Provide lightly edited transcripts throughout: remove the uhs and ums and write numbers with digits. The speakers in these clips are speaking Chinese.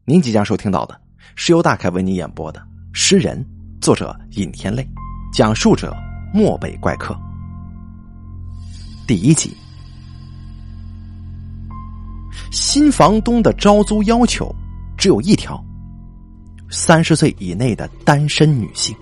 您即将收听到的是由大凯为您演播的《诗人》，作者尹天泪，讲述者漠北怪客。第1集。新房东的招租要求只有一条：30岁以内的单身女性。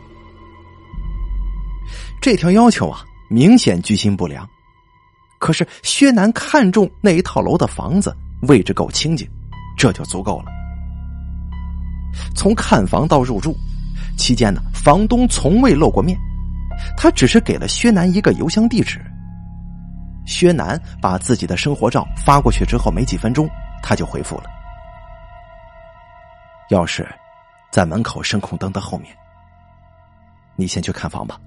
这条要求啊，明显居心不良。可是薛楠看中那一套楼的房子位置够清静，这就足够了。从看房到入住期间呢，房东从未露过面，他只是给了薛楠一个邮箱地址。薛楠把自己的生活照发过去之后，没几分钟他就回复了：钥匙在门口声控灯的后面，你先去看房吧。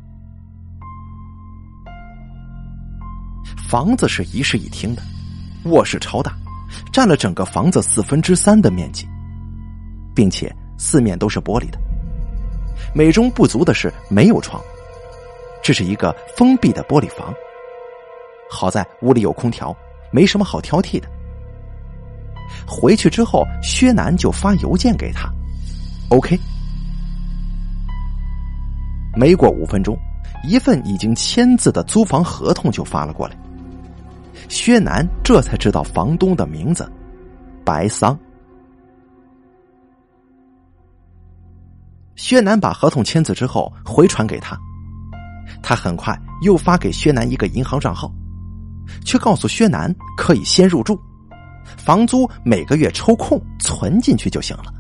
房子是一室一厅的，卧室超大，占了整个房子3/4的面积，并且四面都是玻璃的。美中不足的是没有窗，这是一个封闭的玻璃房。好在屋里有空调，没什么好挑剔的。回去之后，薛楠就发邮件给他 OK。 没过5分钟，一份已经签字的租房合同就发了过来。薛楠这才知道房东的名字白桑。薛楠把合同签字之后回传给他，他很快又发给薛楠一个银行账号，却告诉薛楠可以先入住，房租每个月抽空存进去就行了。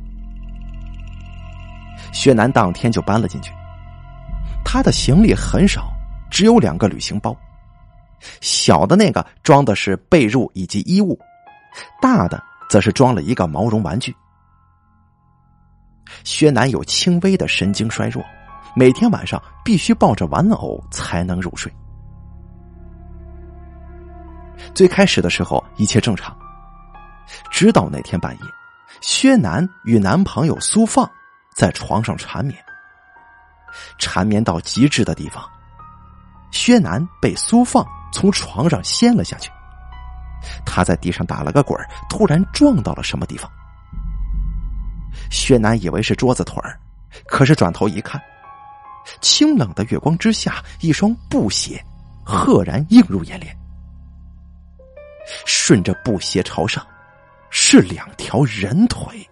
薛楠当天就搬了进去。他的行李很少，只有2个旅行包，小的那个装的是被褥以及衣物，大的则是装了一个毛绒玩具。薛楠有轻微的神经衰弱，每天晚上必须抱着玩偶才能入睡。最开始的时候一切正常，直到那天半夜，薛楠与男朋友苏放在床上缠绵。缠绵到极致的地方，薛楠被苏放从床上掀了下去，他在地上打了个滚，突然撞到了什么地方。薛楠以为是桌子腿儿，可是转头一看，清冷的月光之下，一双布鞋赫然映入眼帘。顺着布鞋朝上，是2条人腿。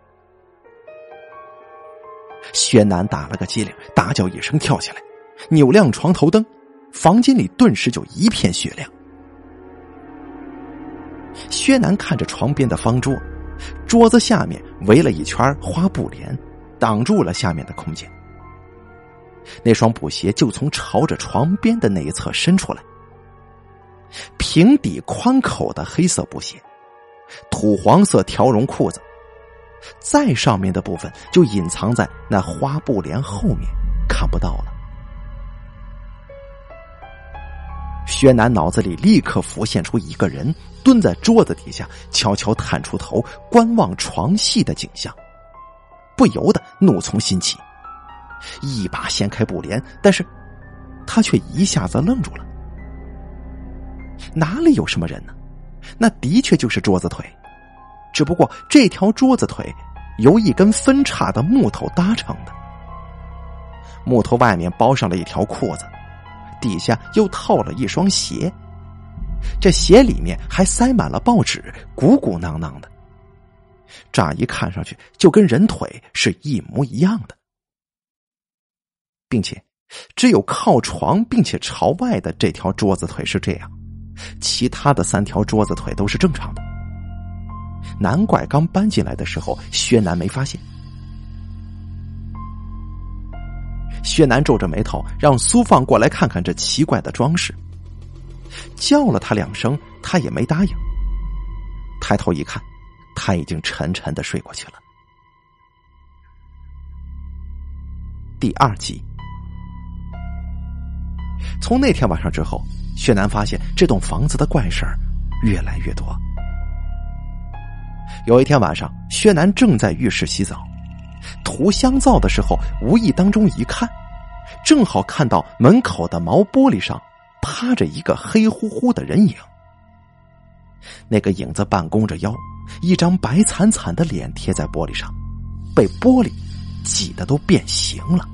薛楠打了个激灵，大叫一声跳起来，扭亮床头灯，房间里顿时就一片雪亮。薛楠看着床边的方桌，桌子下面围了一圈花布帘，挡住了下面的空间。那双布鞋就从朝着床边的那一侧伸出来，平底宽口的黑色布鞋，土黄色条绒裤子，再上面的部分就隐藏在那花布帘后面，看不到了。薛楠脑子里立刻浮现出一个人蹲在桌子底下，悄悄探出头观望床戏的景象，不由得怒从心起，一把掀开布帘，但是他却一下子愣住了。哪里有什么人呢？那的确就是桌子腿，只不过这条桌子腿由一根分叉的木头搭成的，木头外面包上了一条裤子，底下又套了一双鞋，这鞋里面还塞满了报纸，鼓鼓囊囊的，乍一看上去就跟人腿是一模一样的，并且只有靠床并且朝外的这条桌子腿是这样，其他的3条桌子腿都是正常的。难怪刚搬进来的时候薛楠没发现。薛楠皱着眉头让苏放过来看看这奇怪的装饰，叫了他2声，他也没答应。抬头一看，他已经沉沉地睡过去了。第2集。从那天晚上之后，薛楠发现这栋房子的怪事儿越来越多。有一天晚上，薛楠正在浴室洗澡，涂香皂的时候无意当中一看，正好看到门口的毛玻璃上趴着一个黑乎乎的人影。那个影子半弓着腰， 一张白惨惨的脸贴在玻璃上，被玻璃挤得都变形了。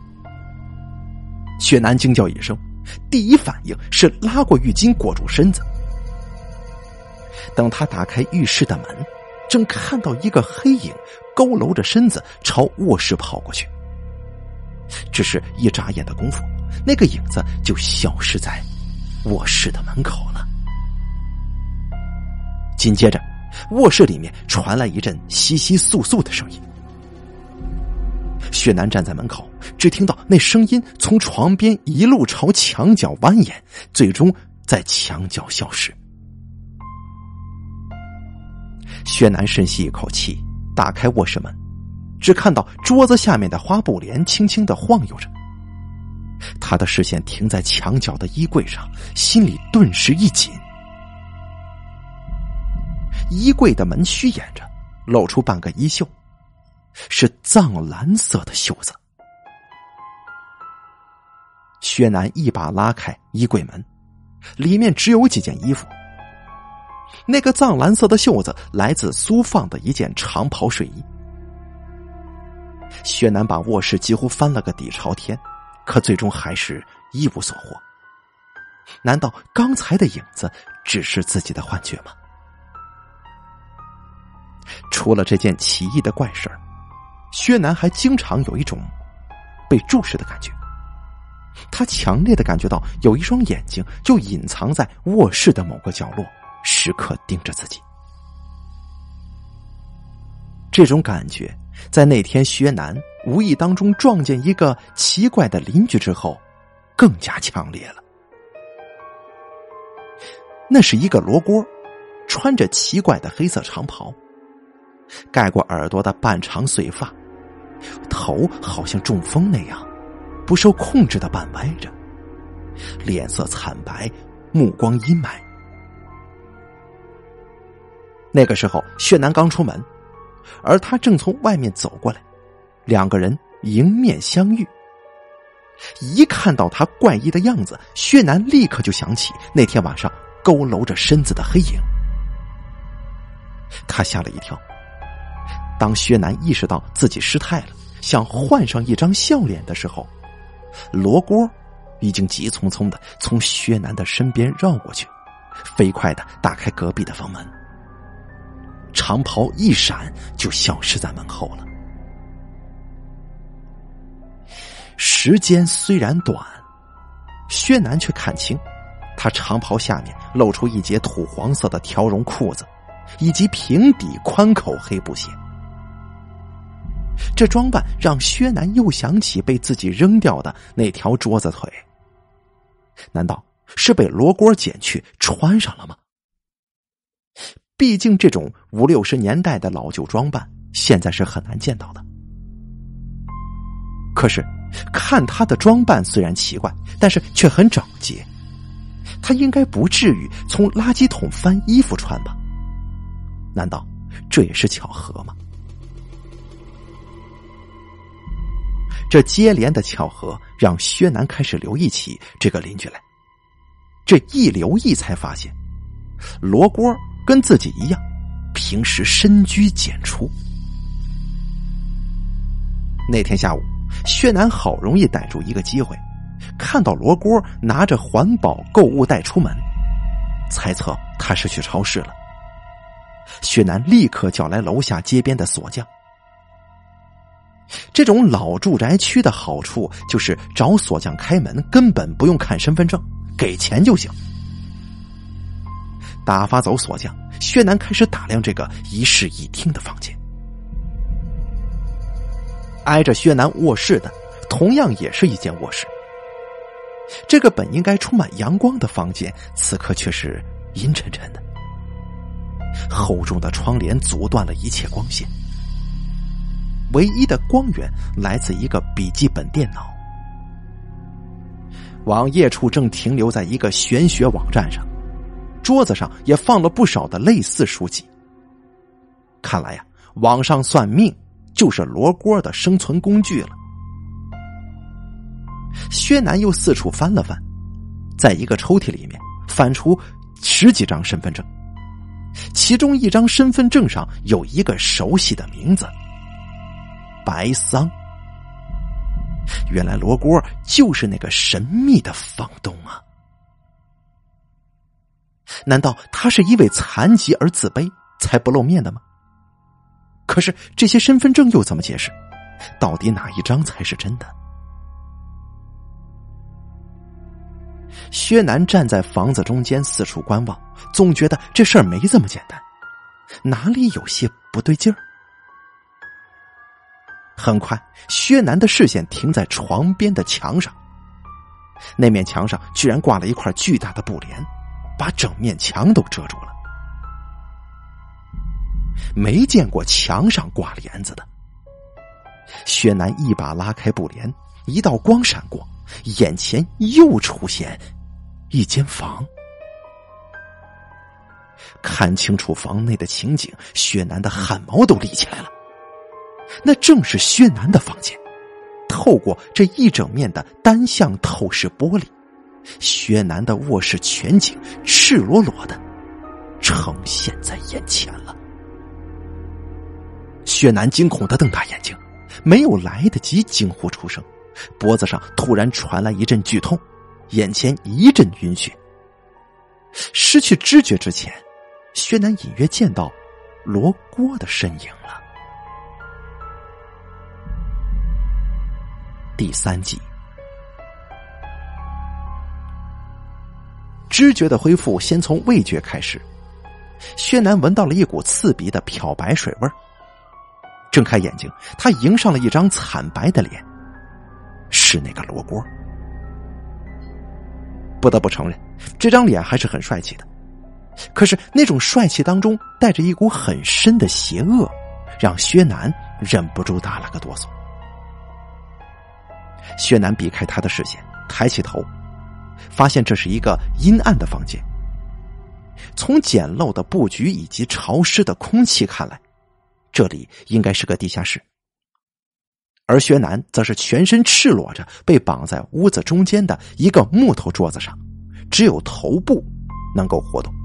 薛楠惊叫一声，第一反应是拉过浴巾裹住身子。等他打开浴室的门，正看到一个黑影佝偻着身子朝卧室跑过去。只是一眨眼的功夫，那个影子就消失在卧室的门口了。紧接着，卧室里面传来一阵窸窸窣窣的声音。薛楠站在门口，只听到那声音从床边一路朝墙角蜿蜒，最终在墙角消失。薛楠深吸一口气，打开卧室门，只看到桌子下面的花布帘轻轻地晃悠着。他的视线停在墙角的衣柜上，心里顿时一紧。衣柜的门虚掩着，露出半个衣袖，是藏蓝色的袖子。薛楠一把拉开衣柜门，里面只有几件衣服。那个藏蓝色的袖子来自苏放的一件长袍睡衣。薛楠把卧室几乎翻了个底朝天，可最终还是一无所获。难道刚才的影子只是自己的幻觉吗？除了这件奇异的怪事儿，薛楠还经常有一种被注视的感觉。他强烈的感觉到有一双眼睛就隐藏在卧室的某个角落，时刻盯着自己。这种感觉在那天薛楠无意当中撞见一个奇怪的邻居之后更加强烈了。那是一个罗锅，穿着奇怪的黑色长袍，盖过耳朵的半长碎发，头好像中风那样不受控制的半歪着，脸色惨白，目光阴霾。那个时候薛楠刚出门，而他正从外面走过来，两个人迎面相遇。一看到他怪异的样子，薛楠立刻就想起那天晚上佝偻着身子的黑影。他吓了一跳。当薛楠意识到自己失态了，想换上一张笑脸的时候，罗锅已经急匆匆的从薛楠的身边绕过去，飞快的打开隔壁的房门，长袍一闪就消失在门后了。时间虽然短，薛楠却看清，他长袍下面露出一截土黄色的条绒裤子，以及平底宽口黑布鞋。这装扮让薛楠又想起被自己扔掉的那条桌子腿，难道是被罗锅捡去穿上了吗？毕竟这种50、60年代的老旧装扮现在是很难见到的。可是看他的装扮虽然奇怪，但是却很整洁，他应该不至于从垃圾桶翻衣服穿吧？难道这也是巧合吗？这接连的巧合让薛楠开始留意起这个邻居来。这一留意才发现，罗锅跟自己一样，平时深居简出。那天下午，薛楠好容易逮住一个机会，看到罗锅拿着环保购物袋出门，猜测他是去超市了。薛楠立刻叫来楼下街边的锁匠。这种老住宅区的好处就是找锁匠开门根本不用看身份证，给钱就行。打发走锁匠，薛楠开始打量这个一室一厅的房间。挨着薛楠卧室的同样也是一间卧室，这个本应该充满阳光的房间此刻却是阴沉沉的，厚重的窗帘阻断了一切光线，唯一的光源来自一个笔记本电脑。网页处正停留在一个玄学网站上，桌子上也放了不少的类似书籍。看来呀，网上算命就是罗锅的生存工具了。薛楠又四处翻了翻，在一个抽屉里面翻出10几张身份证， 其中一张身份证上有一个熟悉的名字——白桑。原来罗锅就是那个神秘的房东啊！难道他是因为残疾而自卑才不露面的吗？可是这些身份证又怎么解释？到底哪一张才是真的？薛南站在房子中间四处观望，总觉得这事儿没这么简单，哪里有些不对劲儿。很快，薛南的视线停在床边的墙上，那面墙上居然挂了一块巨大的布帘，把整面墙都遮住了。没见过墙上挂帘子的。薛南一把拉开布帘，一道光闪过，眼前又出现一间房。看清楚房内的情景，薛南的汗毛都立起来了。那正是薛南的房间，透过这一整面的单向透视玻璃，薛南的卧室全景赤裸裸的呈现在眼前了。薛南惊恐地瞪大眼睛，没有来得及惊呼出声，脖子上突然传来一阵剧痛，眼前一阵晕眩。失去知觉之前，薛南隐约见到罗锅的身影了。第3集，知觉的恢复先从味觉开始。薛南闻到了一股刺鼻的漂白水味儿，睁开眼睛，他迎上了一张惨白的脸，是那个罗锅。不得不承认，这张脸还是很帅气的，可是那种帅气当中带着一股很深的邪恶，让薛南忍不住打了个哆嗦。薛南避开他的视线，抬起头，发现这是一个阴暗的房间。从简陋的布局以及潮湿的空气看来，这里应该是个地下室。而薛南则是全身赤裸着被绑在屋子中间的一个木头桌子上，只有头部能够活动。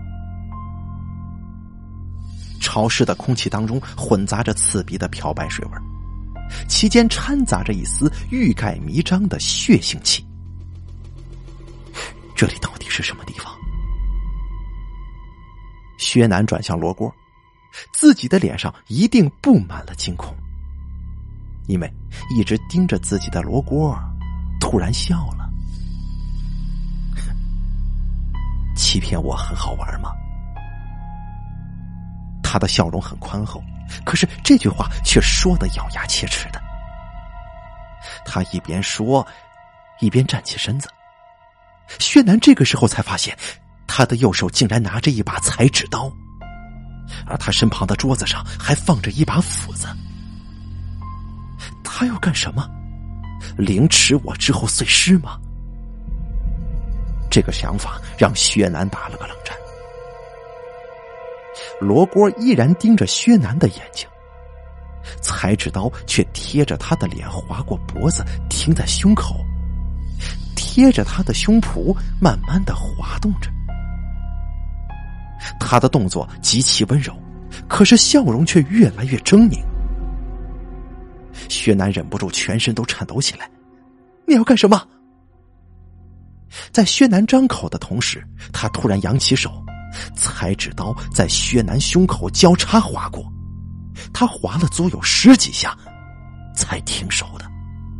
潮湿的空气当中混杂着刺鼻的漂白水味，其间掺杂着一丝欲盖弥彰的血腥气。这里到底是什么地方？薛南转向罗锅，自己的脸上一定布满了惊恐，因为一直盯着自己的罗锅突然笑了。欺骗我很好玩吗？他的笑容很宽厚，可是这句话却说得咬牙切齿的。他一边说一边站起身子。薛南这个时候才发现，他的右手竟然拿着一把裁纸刀，而他身旁的桌子上还放着一把斧子。他要干什么？凌迟我之后碎尸吗？这个想法让薛南打了个冷战。罗锅依然盯着薛南的眼睛，裁纸刀却贴着他的脸划过脖子，停在胸口，贴着他的胸脯慢慢的滑动着。他的动作极其温柔，可是笑容却越来越狰狞。薛南忍不住全身都颤抖起来。你要干什么？在薛南张口的同时，他突然扬起手，裁纸刀在薛南胸口交叉划过，他划了足有10几下才停手的。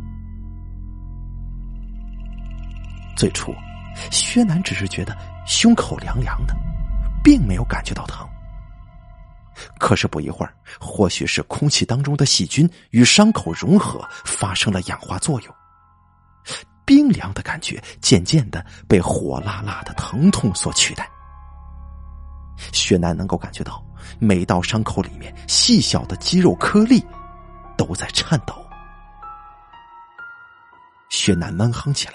最初薛南只是觉得胸口凉凉的，并没有感觉到疼。可是不一会儿，或许是空气当中的细菌与伤口融合，发生了氧化作用，冰凉的感觉渐渐的被火辣辣的疼痛所取代。薛南能够感觉到每道伤口里面细小的肌肉颗粒都在颤抖。薛南闷哼起来。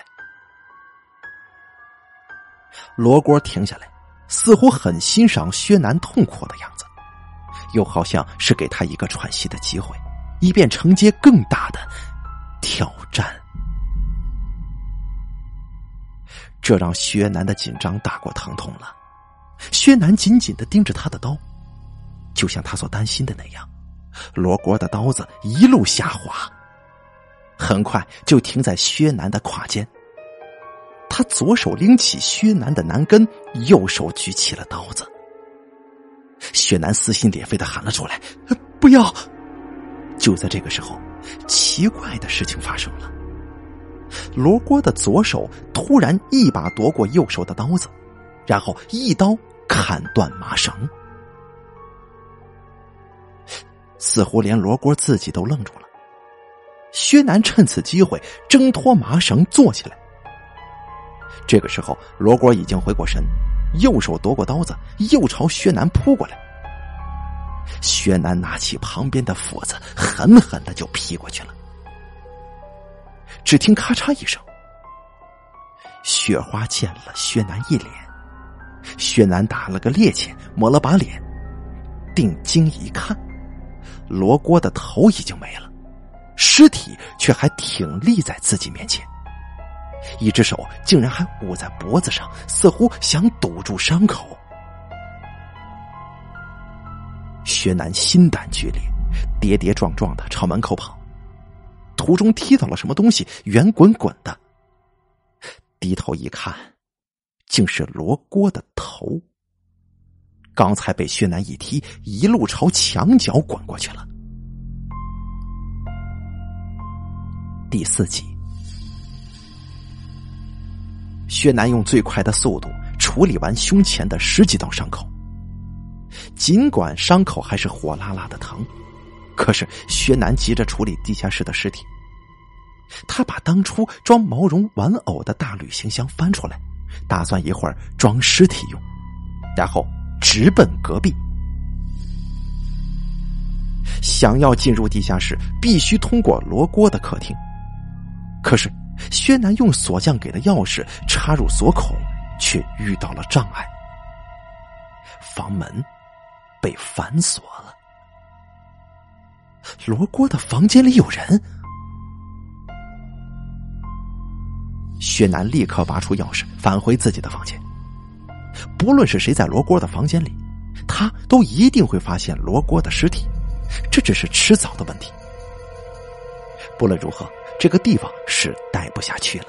罗锅停下来，似乎很欣赏薛南痛苦的样子，又好像是给他一个喘息的机会，以便承接更大的挑战。这让薛南的紧张大过疼痛了。 薛南紧紧地盯着他的刀，就像他所担心的那样，罗锅的刀子一路下滑，很快就停在薛南的胯间。他左手拎起薛南的南根，右手举起了刀子。薛南撕心裂肺地喊了出来：“不要！”就在这个时候，奇怪的事情发生了。罗锅的左手突然一把夺过右手的刀子，然后一刀砍断麻绳。似乎连罗锅自己都愣住了。薛南趁此机会挣脱麻绳坐起来。这个时候罗锅已经回过神，右手夺过刀子，又朝薛南扑过来。薛南拿起旁边的斧子，狠狠的就劈过去了。只听咔嚓一声，雪花溅了薛南一脸。薛南打了个趔趄，抹了把脸，定睛一看，罗锅的头已经没了，尸体却还挺立在自己面前，一只手竟然还捂在脖子上，似乎想堵住伤口。薛南心胆俱裂，跌跌撞撞的朝门口跑，途中踢到了什么东西，圆滚滚的。低头一看，竟是罗锅的头，刚才被薛南一踢，一路朝墙角滚过去了。第4集，薛南用最快的速度处理完胸前的10几道伤口，尽管伤口还是火辣辣的疼，可是薛南急着处理地下室的尸体。他把当初装毛绒玩偶的大旅行箱翻出来，打算一会儿装尸体用，然后直奔隔壁。想要进入地下室，必须通过罗锅的客厅，可是薛南用锁匠给的钥匙插入锁口，却遇到了障碍，房门被反锁了。罗锅的房间里有人。薛南立刻拔出钥匙，返回自己的房间。不论是谁在罗锅的房间里，他都一定会发现罗锅的尸体，这只是迟早的问题。不论如何，这个地方是待不下去了。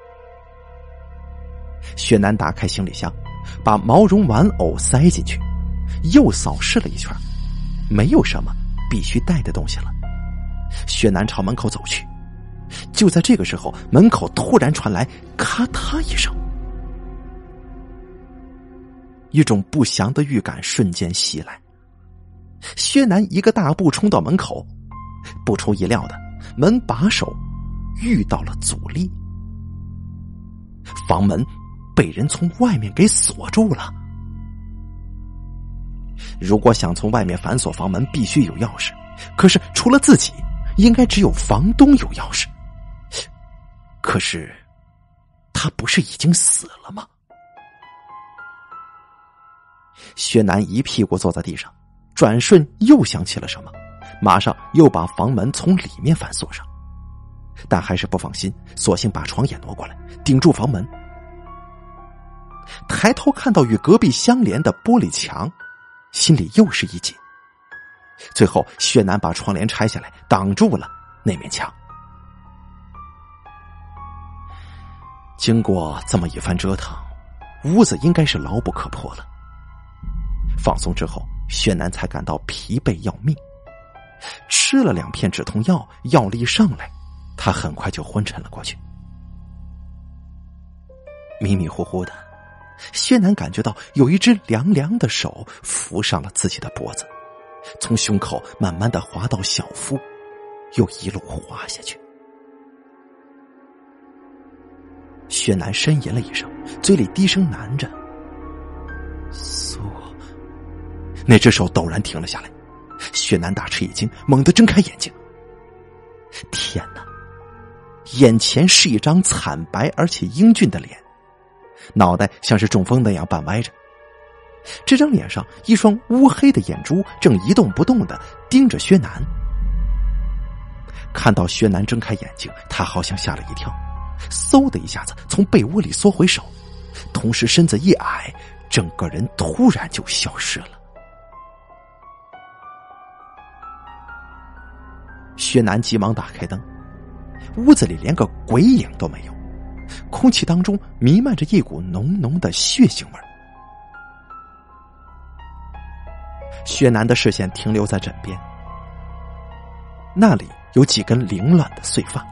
薛南打开行李箱，把毛绒玩偶塞进去，又扫视了一圈，没有什么必须带的东西了。薛南朝门口走去，就在这个时候，门口突然传来咔嗒一声，一种不祥的预感瞬间袭来。薛南一个大步冲到门口，不出意料的，门把手遇到了阻力，房门被人从外面给锁住了。如果想从外面反锁房门，必须有钥匙，可是除了自己，应该只有房东有钥匙。可是他不是已经死了吗？薛南一屁股坐在地上，转瞬又想起了什么，马上又把房门从里面反锁上，但还是不放心，索性把床也挪过来顶住房门。抬头看到与隔壁相连的玻璃墙，心里又是一紧。最后薛南把窗帘拆下来挡住了那面墙。经过这么一番折腾，屋子应该是牢不可破了。放松之后，薛南才感到疲惫要命，吃了2片止痛药，药力上来，他很快就昏沉了过去。迷迷糊糊的，薛南感觉到有一只凉凉的手扶上了自己的脖子，从胸口慢慢的滑到小腹，又一路滑下去。薛南呻吟了一声，嘴里低声喃着苏。那只手陡然停了下来，薛南大吃一惊，猛地睁开眼睛。天哪，眼前是一张惨白而且英俊的脸，脑袋像是中风那样半歪着，这张脸上一双乌黑的眼珠正一动不动地盯着薛南。看到薛南睁开眼睛，他好像吓了一跳，嗖的一下子从被窝里缩回手，同时身子一矮， 整个人突然就消失了。薛楠急忙打开灯，屋子里连个鬼影都没有，空气当中弥漫着一股浓浓的血腥味。薛楠的视线停留在枕边，那里有几根凌乱的碎发。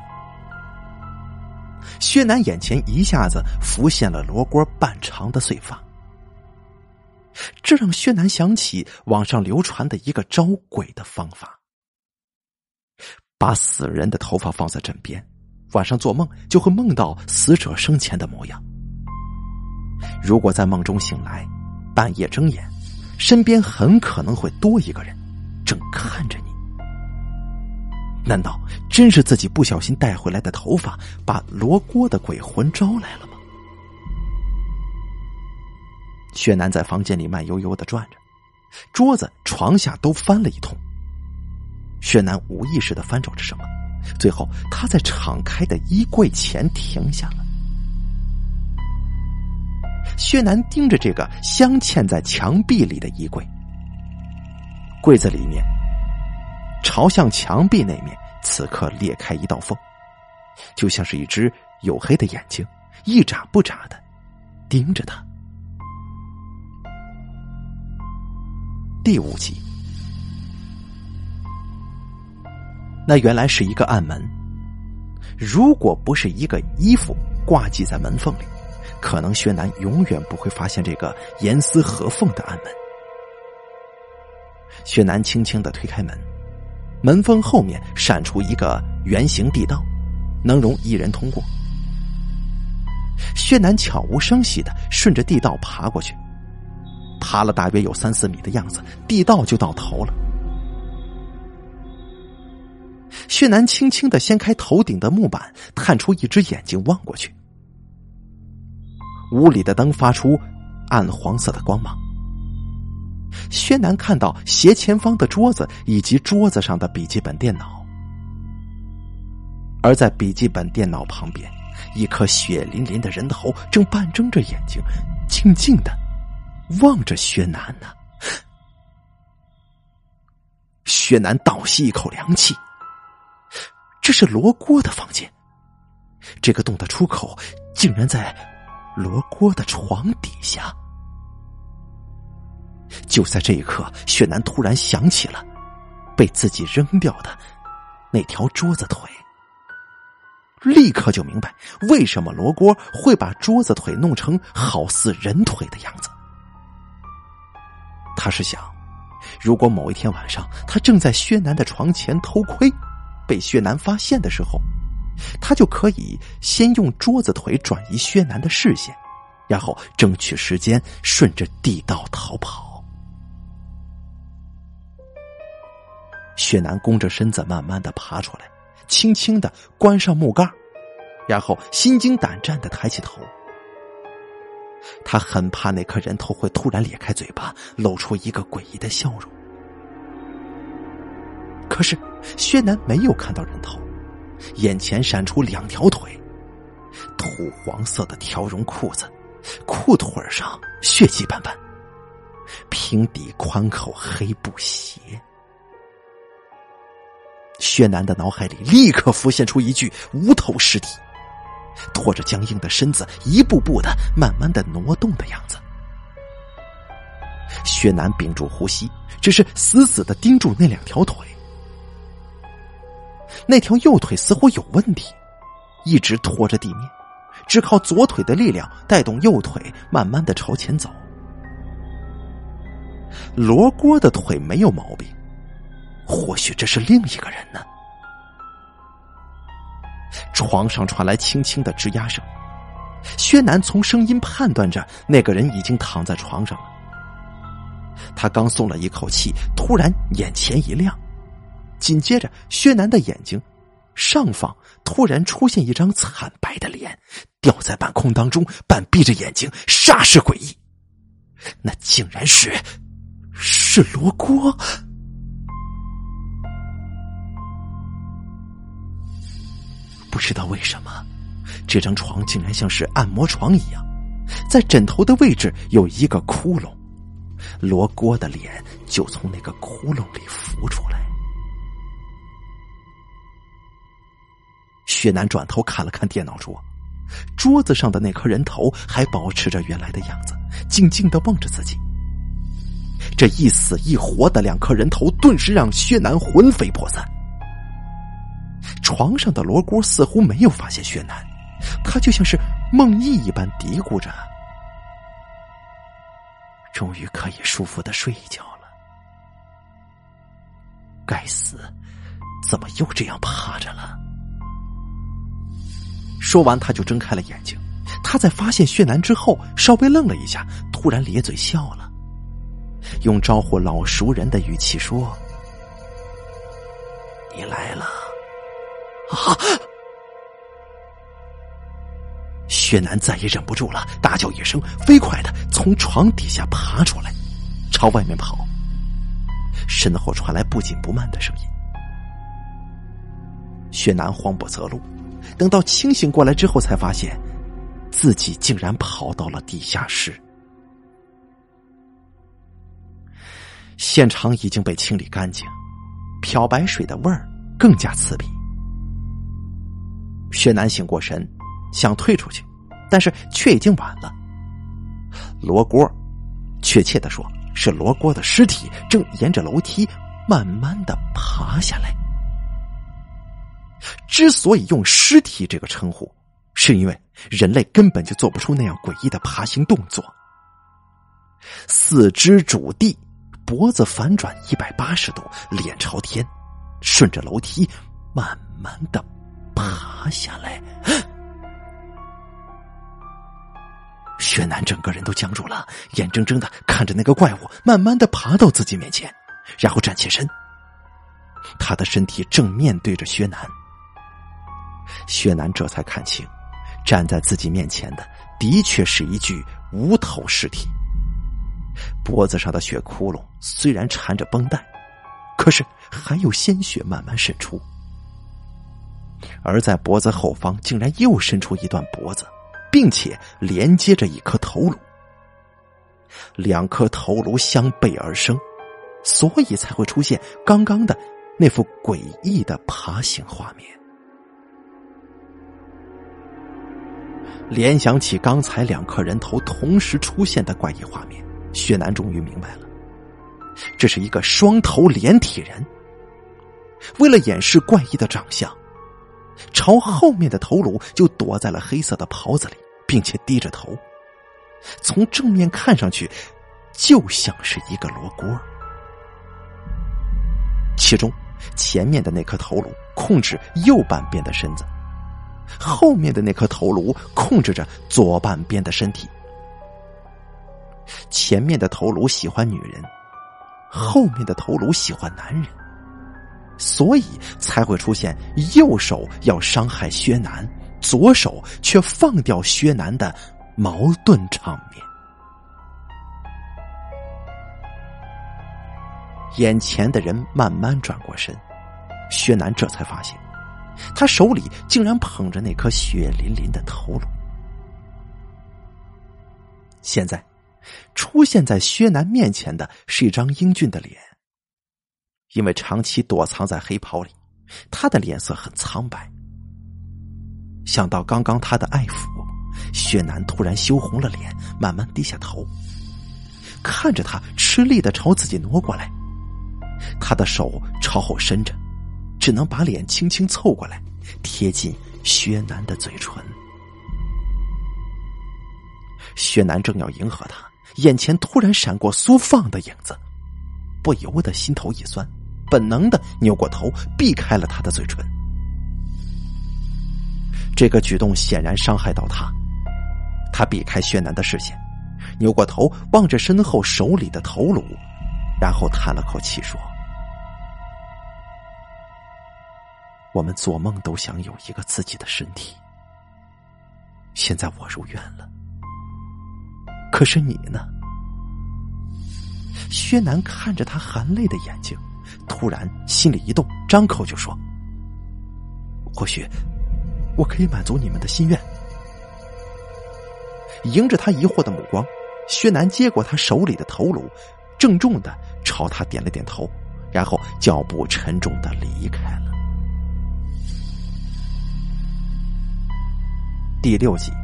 薛楠眼前一下子浮现了罗锅半长的碎发，这让薛楠想起网上流传的一个招鬼的方法：把死人的头发放在枕边，晚上做梦就会梦到死者生前的模样。如果在梦中醒来，半夜睁眼，身边很可能会多一个人正看着你。难道真是自己不小心带回来的头发把罗锅的鬼魂招来了吗？薛楠在房间里慢悠悠地转着，桌子床下都翻了一通。薛楠无意识地翻找着什么，最后他在敞开的衣柜前停下了。薛楠盯着这个镶嵌在墙壁里的衣柜，柜子里面朝向墙壁那面此刻裂开一道缝，就像是一只黝黑的眼睛一眨不眨的盯着他。第5集，那原来是一个暗门，如果不是一个衣服挂系在门缝里，可能薛楠永远不会发现这个严丝合缝的暗门。薛楠轻轻地推开门，门缝后面闪出一个圆形地道，能容一人通过。薛楠悄无声息地顺着地道爬过去，爬了大约有3-4米的样子，地道就到头了。薛楠轻轻地掀开头顶的木板，探出一只眼睛望过去。屋里的灯发出暗黄色的光芒，薛楠看到斜前方的桌子以及桌子上的笔记本电脑，而在笔记本电脑旁边，一颗血淋淋的人头正半睁着眼睛，静静地望着薛楠呢。薛楠倒吸一口凉气，这是罗锅的房间，这个洞的出口竟然在罗锅的床底下。就在这一刻，薛楠突然想起了被自己扔掉的那条桌子腿，立刻就明白为什么罗锅会把桌子腿弄成好似人腿的样子。他是想，如果某一天晚上他正在薛楠的床前偷窥，被薛楠发现的时候，他就可以先用桌子腿转移薛楠的视线，然后争取时间顺着地道逃跑。薛楠弓着身子慢慢地爬出来，轻轻地关上木盖，然后心惊胆战地抬起头。他很怕那颗人头会突然咧开嘴巴，露出一个诡异的笑容。可是薛楠没有看到人头，眼前闪出2条腿，土黄色的条绒裤子，裤腿上血迹斑斑，平底宽口黑布鞋。薛楠的脑海里立刻浮现出一具无头尸体，拖着僵硬的身子一步步的慢慢的挪动的样子。薛楠屏住呼吸，只是死死的盯住那2条腿。那条右腿似乎有问题，一直拖着地面，只靠左腿的力量带动右腿慢慢的朝前走。罗锅的腿没有毛病，或许这是另一个人呢。床上传来轻轻的吱呀声，薛楠从声音判断着那个人已经躺在床上了。他刚松了一口气，突然眼前一亮，紧接着薛楠的眼睛上方突然出现一张惨白的脸，吊在半空当中，半闭着眼睛，煞是诡异。那竟然是罗锅。不知道为什么，这张床竟然像是按摩床一样， 在枕头的位置有一个窟窿，罗锅的脸就从那个窟窿里浮出来。薛楠转头看了看电脑桌，桌子上的那颗人头还保持着原来的样子，静静地望着自己。这一死一活的两颗人头顿时让薛楠魂飞魄散。床上的罗锅似乎没有发现薛楠，他就像是梦呓一般嘀咕着，终于可以舒服地睡一觉了。该死，怎么又这样趴着了？说完他就睁开了眼睛，他在发现薛楠之后稍微愣了一下，突然咧嘴笑了，用招呼老熟人的语气说：你来了啊！薛楠再也忍不住了，大叫一声，飞快地从床底下爬出来，朝外面跑。身后传来不紧不慢的声音。薛楠慌不择路，等到清醒过来之后才发现自己竟然跑到了地下室。现场已经被清理干净，漂白水的味儿更加刺鼻。薛楠醒过神，想退出去，但是却已经晚了。罗锅，确切地说是罗锅的尸体，正沿着楼梯慢慢地爬下来。之所以用尸体这个称呼，是因为人类根本就做不出那样诡异的爬行动作。四肢着地，脖子反转180度，脸朝天，顺着楼梯慢慢地爬下来。薛楠整个人都僵住了，眼睁睁地看着那个怪物慢慢地爬到自己面前，然后站起身。他的身体正面对着薛楠。薛楠这才看清，站在自己面前的的确是一具无头尸体。脖子上的血窟窿虽然缠着绷带，可是还有鲜血慢慢渗出。而在脖子后方竟然又伸出一段脖子，并且连接着一颗头颅。两颗头颅相背而生，所以才会出现刚刚的那幅诡异的爬行画面。联想起刚才两颗人头同时出现的怪异画面，薛楠终于明白了，这是一个双头连体人。为了掩饰怪异的长相，朝后面的头颅就躲在了黑色的袍子里，并且低着头，从正面看上去就像是一个罗锅。其中前面的那颗头颅控制右半边的身子，后面的那颗头颅控制着左半边的身体。前面的头颅喜欢女人，后面的头颅喜欢男人，所以才会出现右手要伤害薛楠，左手却放掉薛楠的矛盾场面。眼前的人慢慢转过身，薛楠这才发现他手里竟然捧着那颗血淋淋的头颅。现在出现在薛楠面前的是一张英俊的脸，因为长期躲藏在黑袍里，他的脸色很苍白。想到刚刚他的爱抚，薛楠突然羞红了脸，慢慢低下头，看着他吃力地朝自己挪过来。他的手朝后伸着，只能把脸轻轻凑过来，贴近薛楠的嘴唇。薛楠正要迎合他，眼前突然闪过苏放的影子，不由得心头一酸，本能的扭过头避开了他的嘴唇。这个举动显然伤害到他，他避开薛楠的视线，扭过头望着身后手里的头颅，然后叹了口气说：我们做梦都想有一个自己的身体，现在我如愿了，可是你呢？薛楠看着他含泪的眼睛，突然心里一动，张口就说：或许我可以满足你们的心愿。 迎着他疑惑的目光，薛楠接过他手里的头颅，郑重地朝他点了点头，然后脚步沉重地离开了。第6集，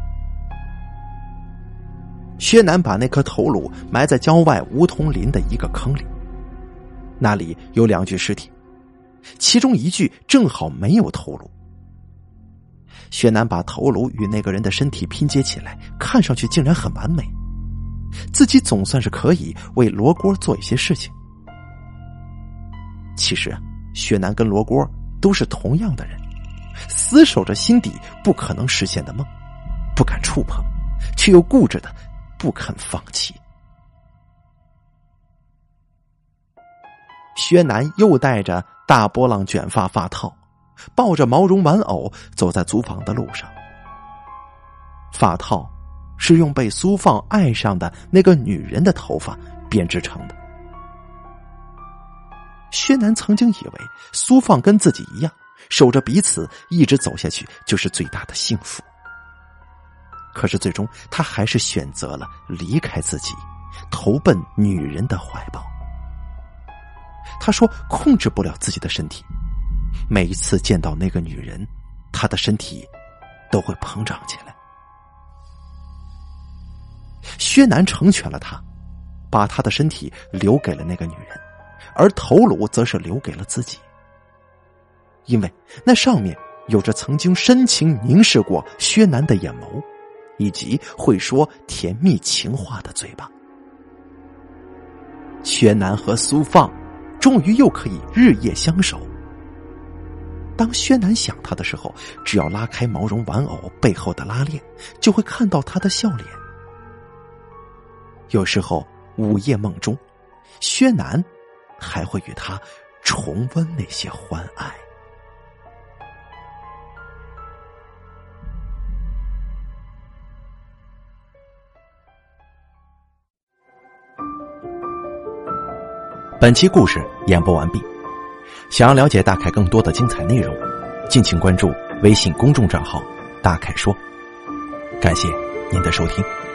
薛楠把那颗头颅埋在郊外梧桐林的一个坑里，那里有2具尸体，其中1具正好没有头颅。薛楠把头颅与那个人的身体拼接起来，看上去竟然很完美，自己总算是可以为罗锅做一些事情。其实薛楠跟罗锅都是同样的人，死守着心底不可能实现的梦，不敢触碰，却又固执的不肯放弃。薛楠又戴着大波浪卷发发套，抱着毛绒玩偶走在租房的路上。发套是用被苏放爱上的那个女人的头发编织成的。薛楠曾经以为苏放跟自己一样，守着彼此一直走下去就是最大的幸福。可是最终他还是选择了离开自己，投奔女人的怀抱。他说控制不了自己的身体，每一次见到那个女人，他的身体都会膨胀起来。薛楠成全了他，把他的身体留给了那个女人，而头颅则是留给了自己，因为那上面有着曾经深情凝视过薛楠的眼眸，以及会说甜蜜情话的嘴巴。薛楠和苏放终于又可以日夜相守。当薛楠想他的时候，只要拉开毛绒玩偶背后的拉链，就会看到他的笑脸。有时候午夜梦中，薛楠还会与他重温那些欢爱。本期故事演播完毕，想要了解大凯更多的精彩内容，敬请关注微信公众账号大凯说。感谢您的收听。